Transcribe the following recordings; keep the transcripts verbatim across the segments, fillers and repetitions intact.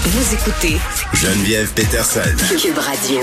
Vous écoutez Geneviève Peterson. Cube Radio.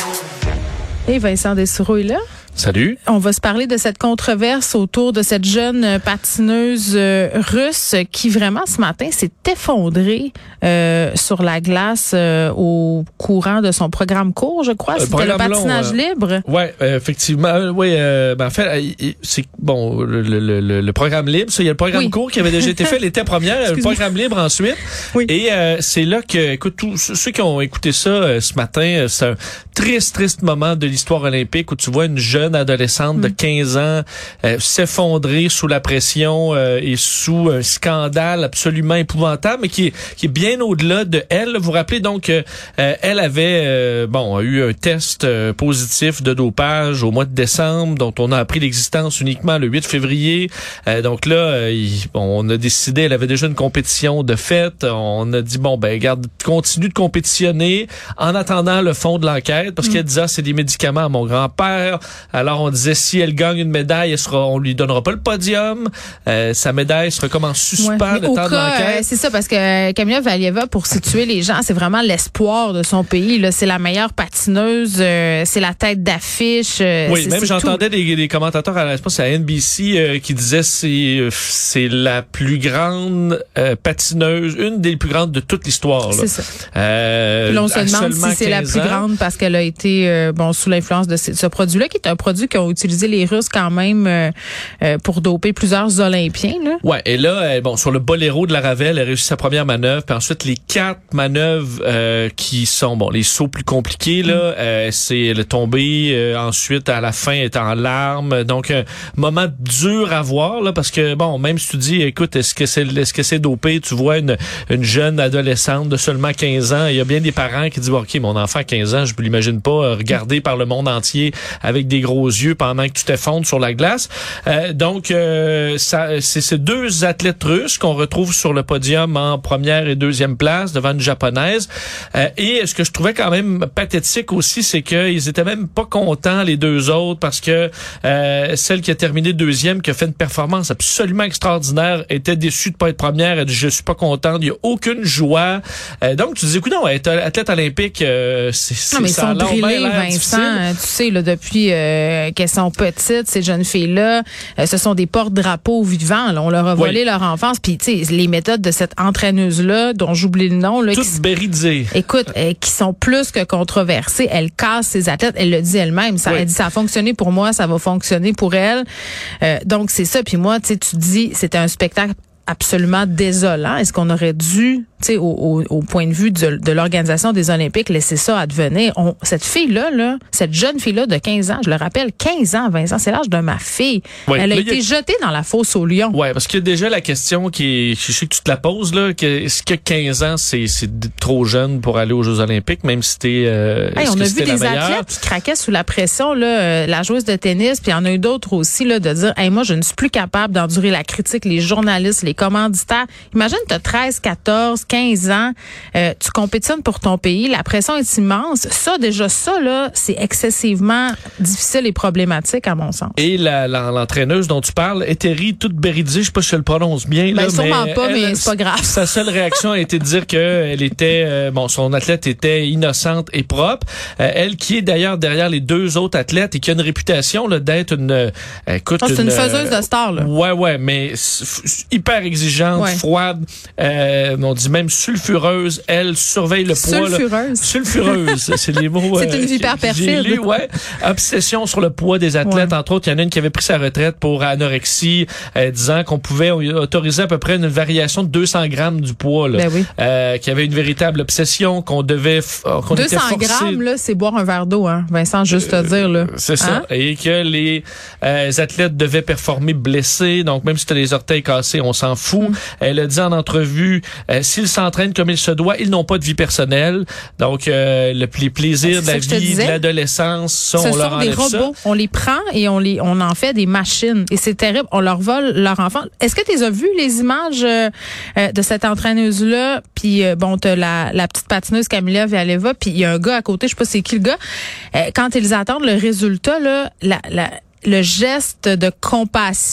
Et Vincent Dessureau est là. Salut. On va se parler de cette controverse autour de cette jeune patineuse euh, russe qui vraiment ce matin s'est effondrée euh, sur la glace euh, au courant de son programme court, je crois. C'était le, le patinage long, euh, libre. Ouais, euh, effectivement. Euh, oui, euh, ben en fait, euh, c'est bon le, le, le, le programme libre. Ça, il y a le programme oui. court qui avait déjà été fait l'été première, le programme libre ensuite. Oui. Et euh, c'est là que, écoute, tous ceux qui ont écouté ça euh, ce matin, euh, c'est un triste, triste moment de l'histoire olympique où tu vois une jeune adolescente de quinze ans euh, s'effondrer sous la pression euh, et sous un scandale absolument épouvantable, mais qui est, qui est bien au-delà de elle. Vous vous rappelez donc euh, elle avait euh, bon a eu un test euh, positif de dopage au mois de décembre, dont on a appris l'existence uniquement le huit février. Euh, donc là, euh, il, bon, on a décidé, elle avait déjà une compétition de fait. On a dit bon ben garde, continue de compétitionner en attendant le fond de l'enquête, parce mmh. qu'elle disait ah, c'est des médicaments à mon grand-père. Alors on disait si elle gagne une médaille, elle sera, on lui donnera pas le podium. Euh, sa médaille sera comme en suspens ouais, le temps cas, de l'enquête. Euh, c'est ça, parce que Kamila Valieva, pour situer les gens, c'est vraiment l'espoir de son pays. Là, c'est la meilleure patineuse, euh, c'est la tête d'affiche. Euh, oui, c'est, même c'est j'entendais des, des commentateurs à, je pense à N B C euh, qui disaient c'est c'est la plus grande euh, patineuse, une des plus grandes de toute l'histoire. Là. C'est ça. Euh, Puis là, on se demande si c'est la plus ans. grande parce qu'elle a été euh, bon sous l'influence de ce, ce produit-là, qui est un produit qu'ont utilisé les Russes quand même euh, euh, pour doper plusieurs Olympiens. Là. Ouais, et là, euh, bon, sur le boléro de la Ravel, elle a réussi sa première manœuvre, puis ensuite les quatre manœuvres euh, qui sont bon les sauts plus compliqués là, mm. euh, c'est le tomber, euh, ensuite à la fin est en larmes, donc un moment dur à voir là, parce que bon, même si tu dis, écoute, est-ce que c'est est-ce que c'est dopé, tu vois une une jeune adolescente de seulement quinze ans, il y a bien des parents qui disent bon, ok, mon enfant à quinze ans, je ne l'imagine pas euh, regardé par le monde entier avec des gros yeux pendant que tu t'effondres sur la glace. Euh, donc, euh, ça, c'est ces deux athlètes russes qu'on retrouve sur le podium en première et deuxième place devant une japonaise. Euh, et ce que je trouvais quand même pathétique aussi, c'est qu'ils étaient même pas contents, les deux autres, parce que euh, celle qui a terminé deuxième, qui a fait une performance absolument extraordinaire, était déçue de pas être première. Elle dit, je suis pas contente, il y a aucune joie. Euh, donc, tu dis, écoute, non, être athlète olympique, euh, c'est, c'est non, mais ça. Ils sont drillés, Vincent, tu sais, là, depuis euh, qu'elles sont petites, ces jeunes filles-là, euh, ce sont des porte-drapeaux vivants. Là. On leur a volé oui. leur enfance. Puis, tu sais, les méthodes de cette entraîneuse-là, dont j'oublie le nom. Là, Toutes qui, béridisées. Écoute, euh, qui sont plus que controversées. Elle casse ses athlètes. Elle le dit elle-même. Ça, oui. Elle dit, ça a fonctionné pour moi, ça va fonctionner pour elle. Euh, donc, c'est ça. Puis moi, tu sais, tu dis, c'était un spectacle absolument désolant. Est-ce qu'on aurait dû, tu sais, au, au, au point de vue de, de l'organisation des Olympiques, laisser ça advenir? On, cette fille-là, là, cette jeune fille-là de quinze ans, je le rappelle, quinze ans, Vincent, c'est l'âge de ma fille. Oui, elle a là, été a... jetée dans la fosse au lion. Ouais, parce qu'il y a déjà la question qui est, je sais que tu te la poses, là, que, est-ce que quinze ans, c'est, c'est trop jeune pour aller aux Jeux Olympiques, même si t'es, euh, hey, on a vu des meilleure? athlètes qui craquaient sous la pression, là, euh, la joueuse de tennis, puis il y en a eu d'autres aussi, là, de dire, hey, moi, je ne suis plus capable d'endurer la critique, les journalistes, les commanditaires. Imagine, tu as treize, quatorze, quinze ans, euh, tu compétitionnes pour ton pays, la pression est immense. Ça, déjà, ça, là, c'est excessivement difficile et problématique, à mon sens. Et la, la, l'entraîneuse dont tu parles, Eteri Tutberidze, je sais pas si je le prononce bien, ben, là, sûrement mais pas, elle, mais c'est pas grave. Sa seule réaction a été de dire que elle était, euh, bon, son athlète était innocente et propre. Euh, elle, qui est d'ailleurs derrière les deux autres athlètes et qui a une réputation là d'être une, euh, écoute, oh, c'est une, une faiseuse euh, de stars, là. Ouais, ouais, mais hyper exigeante. Ouais. Froide, euh, on dit même sulfureuse. Elle surveille le poids. Sulfureuse. Sulfureuse, c'est les mots. C'est euh, une vipère perfide. Lu, ouais. Obsession sur le poids des athlètes. Ouais. Entre autres, il y en a une qui avait pris sa retraite pour anorexie, euh, disant qu'on pouvait autoriser à peu près une variation de deux cents grammes du poids. Là, ben oui. euh, qu'il y avait une véritable obsession, qu'on devait, qu'on deux cents était forcé. grammes, là, c'est boire un verre d'eau, hein, Vincent, juste euh, te dire, là. C'est ça. Hein? Et que les euh, athlètes devaient performer blessés. Donc, même si tu as les orteils cassés, on s'en fout. Mm. Elle a dit en entrevue, euh, s'ils s'entraînent comme il se doit, ils n'ont pas de vie personnelle. Donc, euh, le, les plaisirs de la vie, de l'adolescence, ça, Ce on sont leur des enlève robots. ça. On les prend et on les, on en fait des machines. Et c'est terrible. On leur vole leur enfant. Est-ce que tu as vu les images euh, de cette entraîneuse-là? Puis, euh, bon, t'as la, la petite patineuse Kamila Valieva, puis il y a un gars à côté, je sais pas c'est qui le gars. Euh, quand ils attendent le résultat, là, la, la, le geste de compassion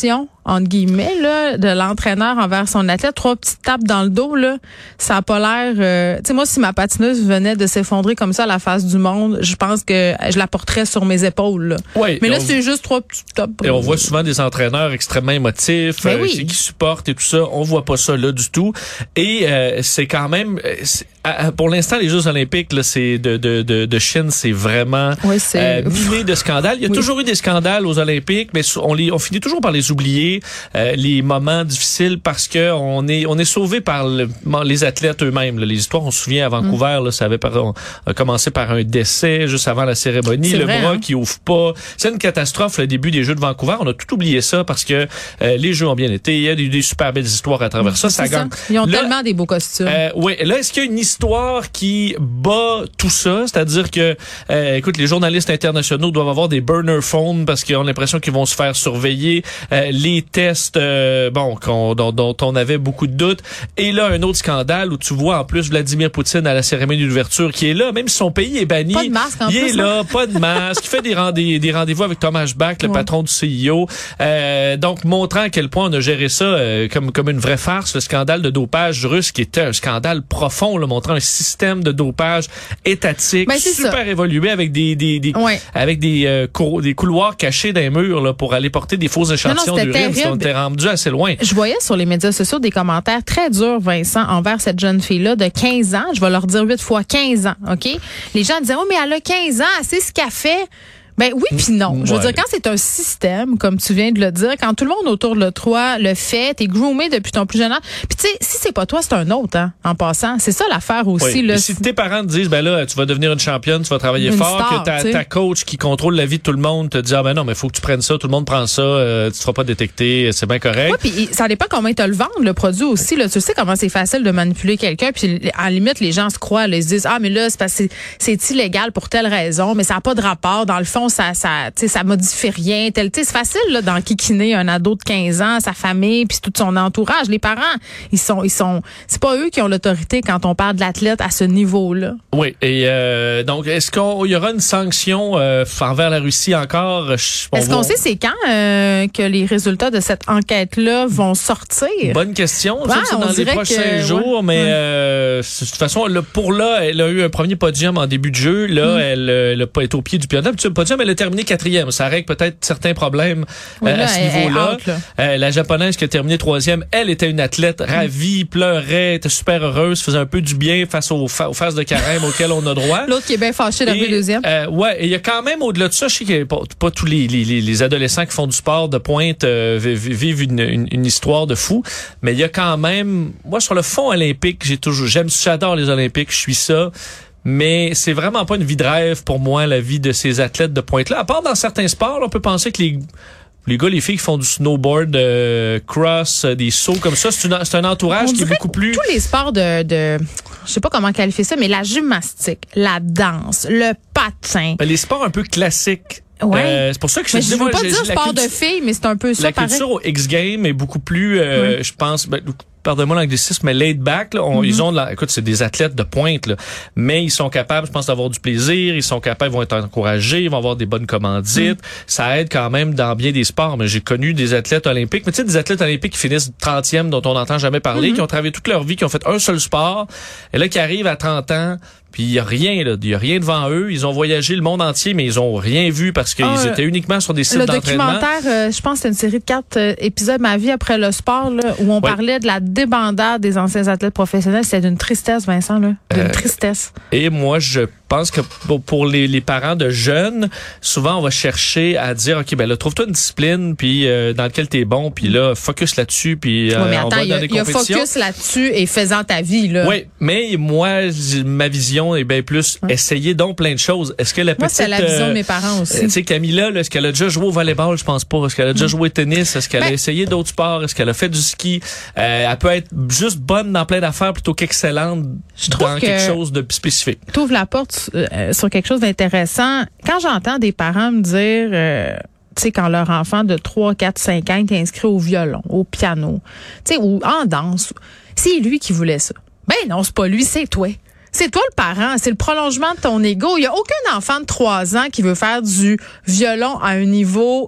entre guillemets, là, de l'entraîneur envers son athlète. Trois petites tapes dans le dos, là, ça a pas l'air... Euh, tu sais, moi, si ma patineuse venait de s'effondrer comme ça à la face du monde, je pense que je la porterais sur mes épaules. Là. Oui, mais là, on... c'est juste trois petites tapes. Et on voit souvent des entraîneurs extrêmement émotifs, ben euh, oui. qui supportent et tout ça. On voit pas ça là du tout. Et euh, c'est quand même... C'est, pour l'instant, les Jeux olympiques, là, c'est de, de, de, de Chine, c'est vraiment oui, c'est... Euh, miné de scandales. Il y a oui. toujours eu des scandales aux Olympiques, mais on, les, on finit toujours par les oublier. Euh, les moments difficiles parce que on est on est sauvé par le, les athlètes eux-mêmes. Là. Les histoires, on se souvient à Vancouver, mm. là, ça avait par, on a commencé par un décès juste avant la cérémonie, c'est le vrai, bras hein? qui ouvre pas. C'est une catastrophe le début des Jeux de Vancouver. On a tout oublié ça parce que euh, les Jeux ont bien été. Il y a des, des super belles histoires à travers mm. ça. ça, ça. Ils ont là, tellement des beaux costumes. Euh, oui. Là, est-ce qu'il y a une histoire qui bat tout ça, c'est-à-dire que, euh, écoute, les journalistes internationaux doivent avoir des burner phones parce qu'ils ont l'impression qu'ils vont se faire surveiller. Euh, les tests. Euh, bon, qu'on, dont, dont on avait beaucoup de doutes. Et là, un autre scandale où tu vois en plus Vladimir Poutine à la cérémonie d'ouverture qui est là, même si son pays est banni. Pas de masque en il plus. est là, pas de masque. Il fait des, rendez- des rendez-vous avec Thomas Bach, le ouais. patron du C I O. Euh, donc, montrant à quel point on a géré ça euh, comme, comme une vraie farce, le scandale de dopage russe qui était un scandale profond, là, montrant un système de dopage étatique, ben, super ça. évolué avec des, des, des, ouais. avec des, euh, cou- des couloirs cachés dans les murs là, pour aller porter des faux échantillons d'urine. On était rendu assez loin. Je voyais sur les médias sociaux des commentaires très durs, Vincent, envers cette jeune fille-là de quinze ans. Je vais leur dire huit fois quinze ans, OK? Les gens disaient, oh, mais elle a quinze ans, elle sait ce qu'elle fait. Ben oui puis non. Je veux ouais. dire, quand c'est un système, comme tu viens de le dire, quand tout le monde autour de toi le fait, t'es groomé depuis ton plus jeune âge. Puis tu sais, si c'est pas toi, c'est un autre, hein, en passant. C'est ça l'affaire aussi. Oui. Là. Si tes parents te disent, ben là, tu vas devenir une championne, tu vas travailler une fort, star, que ta, ta coach qui contrôle la vie de tout le monde te dit, ah ben non, mais faut que tu prennes ça, tout le monde prend ça, euh, tu te feras pas détecter, c'est bien correct. Oui, puis ça dépend comment ils te le vendent, le produit aussi. Là. Tu sais comment c'est facile de manipuler quelqu'un, puis à la limite, les gens se croient, là, ils se disent, ah mais là, c'est parce que c'est, c'est illégal pour telle raison, mais ça n'a pas de rapport. Dans le fond, ça, ça ça modifie rien. Tel, c'est facile là d'enquiquiner un ado de quinze ans, sa famille, puis tout son entourage. Les parents, ils sont, ils sont, c'est pas eux qui ont l'autorité quand on parle de l'athlète à ce niveau-là. Oui. Et euh, donc, est-ce qu'il y aura une sanction euh, envers la Russie encore? Est-ce qu'on va... sait c'est quand euh, que les résultats de cette enquête-là vont sortir? Bonne question. Ouais, c'est dans les prochains que, ouais. jours, mais ouais. euh, de toute façon, là, pour là, elle a eu un premier podium en début de jeu. Là, mm. elle n'a pas été au pied du podium. Le podium, elle a terminé quatrième. Ça règle peut-être certains problèmes oui, euh, là, à ce elle, niveau-là. Elle out, là. Euh, la japonaise qui a terminé troisième, elle était une athlète ravie, mm. pleurait, était super heureuse, faisait un peu du bien face aux, fa- aux phases de carême auxquelles on a droit. L'autre qui est bien fâché d'arriver deuxième. Euh, ouais, et il y a quand même au-delà de ça, je sais qu'il y a pas, pas tous les, les, les adolescents qui font du sport de pointe euh, vivent une, une, une histoire de fou, mais il y a quand même, moi sur le fond olympique, j'ai toujours, j'aime, j'adore les Olympiques, je suis ça. Mais c'est vraiment pas une vie de rêve pour moi, la vie de ces athlètes de pointe-là. À part dans certains sports, là, on peut penser que les les gars, les filles qui font du snowboard, euh, cross, euh, des sauts comme ça, c'est, une, c'est un entourage on qui est beaucoup plus... Tous les sports de, de, je sais pas comment qualifier ça, mais la gymnastique, la danse, le patin... Les sports un peu classiques. Ouais. Euh, c'est pour ça que je mais dis, je veux moi, pas j'ai, dire la sport culture, de filles, mais c'est un peu ça, la pareil. culture au X-Games est beaucoup plus, euh, oui. je pense... Ben, pardonnez-moi l'anglicisme, mais laid back, là, on, mm-hmm. ils ont de la, écoute, c'est des athlètes de pointe, là, mais ils sont capables, je pense, d'avoir du plaisir, ils sont capables, ils vont être encouragés, ils vont avoir des bonnes commandites, mm. ça aide quand même dans bien des sports, mais j'ai connu des athlètes olympiques, mais tu sais, des athlètes olympiques qui finissent trentième, dont on n'entend jamais parler, mm-hmm. qui ont travaillé toute leur vie, qui ont fait un seul sport, et là, qui arrivent à trente ans, puis il y a rien là, il y a rien devant eux. Ils ont voyagé le monde entier, mais ils ont rien vu parce qu'ils ah, étaient uniquement sur des sites le d'entraînement. Le documentaire, euh, je pense, que c'est une série de quatre euh, épisodes, Ma vie après le sport, là, où on ouais. parlait de la débandade des anciens athlètes professionnels. C'était d'une tristesse, Vincent, là, d'une euh, tristesse. Et moi, je pense que pour les, les parents de jeunes, souvent on va chercher à dire, ok, ben là, trouve-toi une discipline, puis euh, dans laquelle t'es bon, puis là, focus là-dessus, puis euh, ouais, mais attends, on va y dans a, des y a compétitions. Focus là-dessus et faisant ta vie là. Oui, mais moi, ma vision est bien plus ouais. essayer donc plein de choses. Est-ce que la moi, petite, c'est la vision euh, de mes parents aussi. Tu sais, Camilla, là, est-ce qu'elle a déjà joué au volleyball? Je pense pas. Est-ce qu'elle a déjà mm. joué au tennis? Est-ce qu'elle ben, a essayé d'autres sports? Est-ce qu'elle a fait du ski? Euh, elle peut être juste bonne dans plein d'affaires plutôt qu'excellente dans quelque chose de spécifique. T'ouvres la porte euh, sur quelque chose d'intéressant. Quand j'entends des parents me dire, euh, tu sais, quand leur enfant de trois, quatre, cinq ans est inscrit au violon, au piano, tu sais, ou en danse, c'est lui qui voulait ça. Ben non, c'est pas lui, c'est toi. C'est toi le parent, c'est le prolongement de ton ego. Il y a aucun enfant de trois ans qui veut faire du violon à un niveau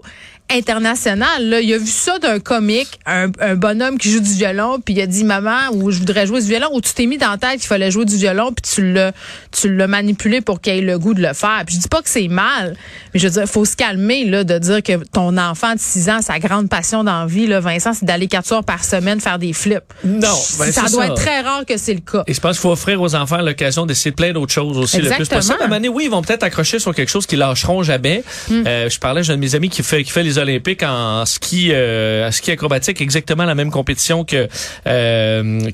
international. Là. Il a vu ça d'un comique, un, un bonhomme qui joue du violon, puis il a dit, maman, ou je voudrais jouer du violon, ou tu t'es mis dans la tête qu'il fallait jouer du violon, puis tu l'as, tu l'as manipulé pour qu'il ait le goût de le faire. Puis je dis pas que c'est mal, mais je veux dire, faut se calmer là, de dire que ton enfant de six ans, sa grande passion dans la vie, là, Vincent, c'est d'aller quatre soirs par semaine faire des flips. Non, ben, ça doit ça. être très rare que c'est le cas. Et je pense qu'il faut offrir aux enfants l'occasion d'essayer plein d'autres choses aussi. Exactement. Le plus possible. À un moment donné, oui, ils vont peut-être accrocher sur quelque chose qu'ils lâcheront jamais. Mm. Euh, je parlais, j'ai un de mes amis qui fait qui fait les Olympiques en ski, euh, ski acrobatique, exactement la même compétition que euh,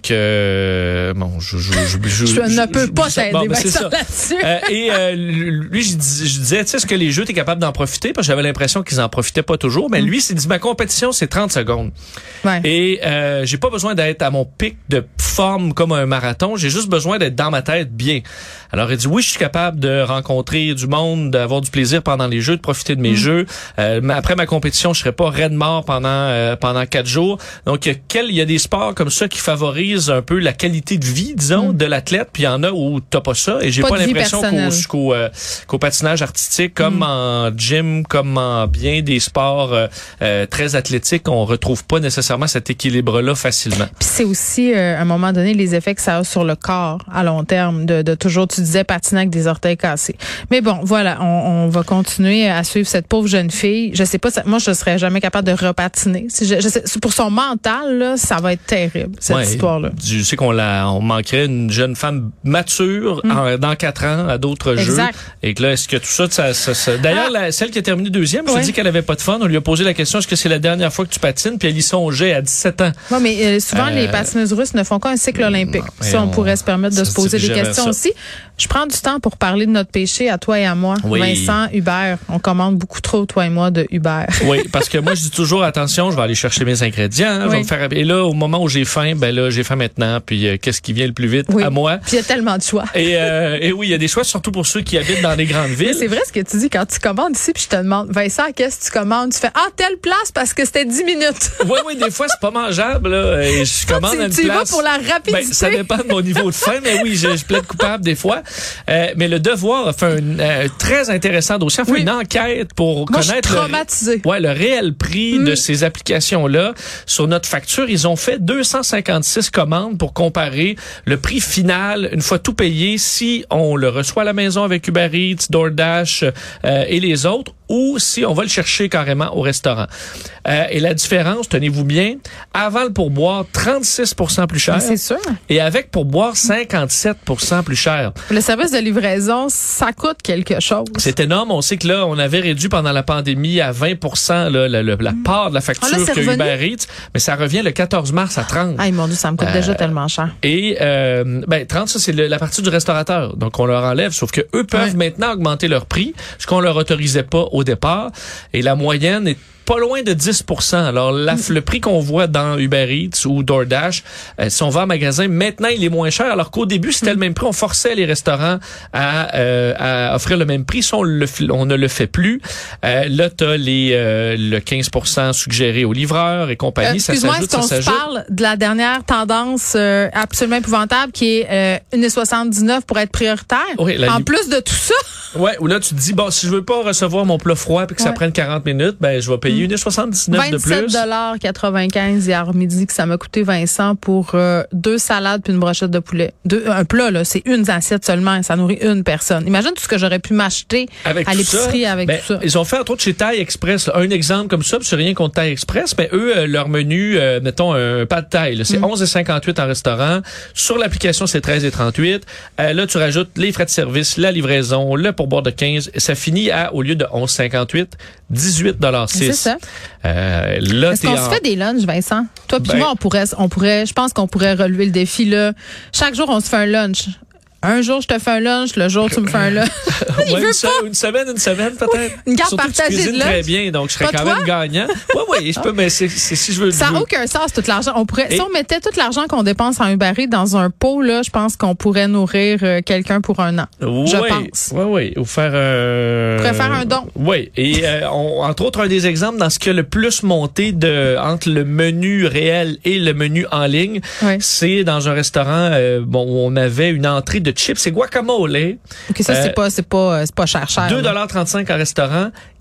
que bon, je je je, je, je ne peux pas t'aider bon, ben, ça là-dessus. Euh, et euh, lui, je, dis, je disais, tu sais, est-ce que les jeux, t'es capable d'en profiter? Parce que j'avais l'impression qu'ils en profitaient pas toujours. Mais mm. lui, s'il dit, ma compétition, c'est trente secondes. Ouais. Et euh, j'ai pas besoin d'être à mon pic de forme comme un marathon. J'ai juste besoin d'être dans ma tête bien. Alors, il dit, oui, je suis capable de rencontrer du monde, d'avoir du plaisir pendant les jeux, de profiter de mes mm. jeux. Euh, après ma compétition, je serai pas raide mort pendant euh, pendant quatre jours. Donc, il y, a quel, il y a des sports comme ça qui favorisent un peu la qualité de vie, disons, mm. de l'athlète. Puis il y en a où t'as pas ça. Et j'ai pas, pas l'impression qu'au, qu'au, euh, qu'au patinage artistique, comme mm. en gym, comme en bien des sports euh, euh, très athlétiques, on retrouve pas nécessairement cet équilibre-là facilement. Puis c'est aussi, euh, à un moment donné, les effets que ça a sur le corps à long terme, de, de toujours, tu disais, patiner avec des orteils cassés. Mais bon, voilà, on, on va continuer à suivre cette pauvre jeune fille. Je sais pas, ça, moi, je serais jamais capable de repatiner. Si je, je sais, pour son mental, là, ça va être terrible, cette ouais, histoire-là. Je sais qu'on la, on manquerait une jeune femme mature mm. en, dans quatre ans à d'autres exact. jeux. Et que là, est-ce que tout ça, ça, ça, ça... D'ailleurs, ah. la, celle qui a terminé deuxième, je ouais. dit qu'elle avait pas de fun. On lui a posé la question, est-ce que c'est la dernière fois que tu patines? Puis elle y songeait à dix-sept ans. Oui, mais euh, souvent, euh, les patineuses russes ne font qu'un cycle olympique. Non, ça, on, on pourrait se permettre de se poser des questions ça. aussi. Je prends du temps pour parler de notre péché à toi et à moi. Oui. Vincent, Uber. On commande beaucoup trop, toi et moi, de Uber. Oui, parce que moi, je dis toujours, attention, je vais aller chercher mes ingrédients. Hein, oui. Je vais me faire... Et là, au moment où j'ai faim, ben là, j'ai faim maintenant. Puis euh, qu'est-ce qui vient le plus vite oui. à moi? Puis il y a tellement de choix. Et, euh, et oui, il y a des choix, surtout pour ceux qui habitent dans les grandes villes. C'est vrai ce que tu dis quand tu commandes ici, puis je te demande, Vincent, qu'est-ce que tu commandes? Tu fais, ah, telle place parce que c'était dix minutes. Oui, oui, des fois, c'est pas mangeable, là. Et je commande tu, une tu place. Tu vas pour la rapidité. Ben, ça dépend de mon niveau de faim, mais oui, je, je plaide coupable des fois. Euh, mais le Devoir a fait un euh, très intéressant dossier, a fait oui. une enquête pour Moi, connaître le, ouais, le réel prix mm. de ces applications-là. Sur notre facture, ils ont fait deux cent cinquante-six commandes pour comparer le prix final, une fois tout payé, si on le reçoit à la maison avec Uber Eats, DoorDash euh, et les autres, ou si on va le chercher carrément au restaurant. Euh, et la différence, tenez-vous bien, avant le pourboire, trente-six pour cent plus cher. Mais c'est sûr. Et avec pourboire, cinquante-sept pour cent plus cher. Le service de livraison, ça coûte quelque chose. C'est énorme. On sait que là, on avait réduit pendant la pandémie à vingt pour cent là, la, la, la part de la facture ah, là, que Uber Eats, mais ça revient le quatorze mars à trente. Ah, mon Dieu, ça me coûte euh, déjà tellement cher. Et euh, ben trente, ça, c'est le, la partie du restaurateur. Donc, on leur enlève, sauf que eux peuvent ouais. maintenant augmenter leur prix, ce qu'on leur autorisait pas au départ. Et la moyenne est pas loin de dix pour cent. Alors, la, le prix qu'on voit dans Uber Eats ou DoorDash, euh, si on va en magasin, maintenant, il est moins cher, alors qu'au début, c'était le même prix. On forçait les restaurants à, euh, à offrir le même prix. Si on, le, on ne le fait plus, euh, là, t'as les, euh, le quinze pour cent suggéré aux livreurs et compagnie. Euh, ça s'ajoute, est-ce qu'on ça s'ajoute. Se parle de la dernière tendance euh, absolument épouvantable qui est euh, une virgule soixante-dix-neuf pour être prioritaire? Oui, en li- plus de tout ça? Ouais, ou là, tu te dis, bon, si je veux pas recevoir mon plat froid et que ouais. ça prenne quarante minutes, ben, je vais payer une virgule soixante-dix-neuf de plus. vingt-sept dollars quatre-vingt-quinze hier midi que ça m'a coûté, Vincent, pour euh, deux salades puis une brochette de poulet. Deux, un plat, là, c'est une assiette seulement. Ça nourrit une personne. Imagine tout ce que j'aurais pu m'acheter avec à l'épicerie ça, avec ben, tout ça. Ils ont fait, entre autres, chez Thaï Express, là, un exemple comme ça, puis c'est rien contre Thaï Express, mais eux, euh, leur menu, euh, mettons, un pas de taille, là, c'est mm. onze virgule cinquante-huit en restaurant. Sur l'application, c'est treize virgule trente-huit. Euh, là, tu rajoutes les frais de service, la livraison, le pourboire de quinze. Ça finit à, au lieu de onze virgule cinquante-huit, dix-huit virgule six. C'est ça. Euh, là, Est-ce qu'on en... se fait des lunchs, Vincent? Toi puis ben... moi, on pourrait, on pourrait, je pense qu'on pourrait relever le défi, là. Chaque jour, on se fait un lunch. Un jour, je te fais un lunch, le jour, tu me fais un lunch. Il ouais, veut une, pas. une semaine, une semaine, peut-être. Oui, une carte Surtout partagée que tu de lunch. Très bien, donc je serais pas quand toi? même gagnant. Oui, oui, je peux, mais c'est, c'est si je veux. Ça n'a aucun sens, tout l'argent. On pourrait, Et... si on mettait tout l'argent qu'on dépense en Uber Eats dans un pot, là, je pense qu'on pourrait nourrir euh, quelqu'un pour un an. Oui, je pense. Oui, oui. Ou faire, euh... On pourrait faire un don. Oui. Et, euh, on, entre autres, un des exemples dans ce qui a le plus monté de, entre le menu réel et le menu en ligne, oui. c'est dans un restaurant, euh, bon, où on avait une entrée de chips et guacamole. OK, ça, euh, c'est pas, c'est pas, c'est pas cher, cher. deux dollars trente-cinq en restaurant,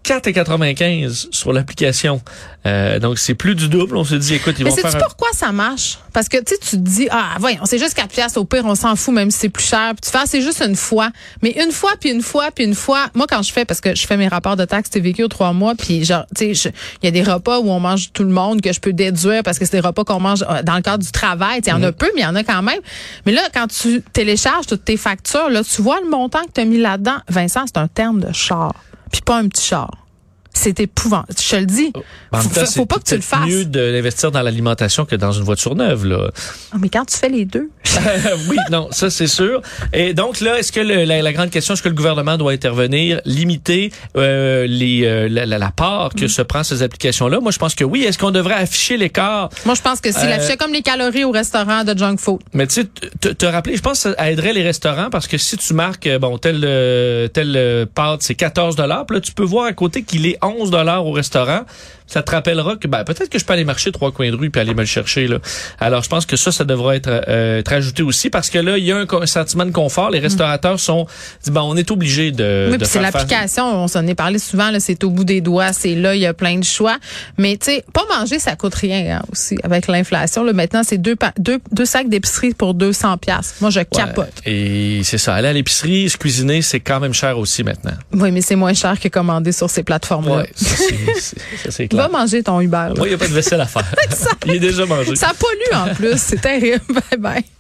quatre virgule quatre-vingt-quinze sur l'application. Euh, donc, c'est plus du double. On se dit, écoute, ils mais vont faire... Mais sais-tu pourquoi ça marche? Parce que, tu sais, tu te dis, ah, voyons, c'est juste quatre piastres, au pire, on s'en fout, même si c'est plus cher. Puis tu fais, ah, c'est juste une fois. Mais une fois, puis une fois, puis une fois. Moi, quand je fais, parce que je fais mes rapports de taxes T V Q aux trois mois, puis genre, tu sais, il y a des repas où on mange tout le monde que je peux déduire parce que c'est des repas qu'on mange dans le cadre du travail. Il y en a peu, mais il y en a quand même. Mais là, quand tu télécharges toutes tes factures, là, tu vois le montant que tu as mis là-dedans. Vincent, c'est un terme de char. Puis pas un petit char. C'est épouvantable. Je te le dis. En faut, temps, faut pas que tu le fasses. C'est mieux d'investir dans l'alimentation que dans une voiture neuve, là. Oh, mais quand tu fais les deux. Oui, non, ça c'est sûr. Et donc là, est-ce que le, la, la grande question, est-ce que le gouvernement doit intervenir, limiter euh, les euh, la, la, la part que mmh. se prend ces applications-là? Moi, je pense que oui. Est-ce qu'on devrait afficher l'écart? Moi, je pense que si, euh, l'affichait comme les calories au restaurant de junk food. Mais tu sais, te, te rappeler, je pense que ça aiderait les restaurants parce que si tu marques, bon, tel euh, tel euh, pâte, c'est quatorze dollars, puis là, tu peux voir à côté qu'il est onze dollars au restaurant. Ça te rappellera que ben peut-être que je peux aller marcher trois coins de rue puis aller me le chercher là. Alors je pense que ça ça devrait être, euh, être ajouté aussi parce que là il y a un, un sentiment de confort. Les restaurateurs mmh. sont dit ben on est obligé de. Oui, de puis c'est l'application. On s'en est parlé souvent là. C'est au bout des doigts. C'est là il y a plein de choix. Mais tu sais pas manger ça coûte rien hein, aussi avec l'inflation. Là maintenant c'est deux deux deux sacs d'épicerie pour deux cents piastres. Moi je capote. Ouais, et c'est ça. Aller à l'épicerie, se cuisiner c'est quand même cher aussi maintenant. Oui mais c'est moins cher que commander sur ces plateformes là. Ouais, c'est c'est clair. Va manger ton Uber. Oui, il n'y a pas de vaisselle à faire. Il est déjà mangé. Ça pollue en plus. C'est terrible. Bye bye.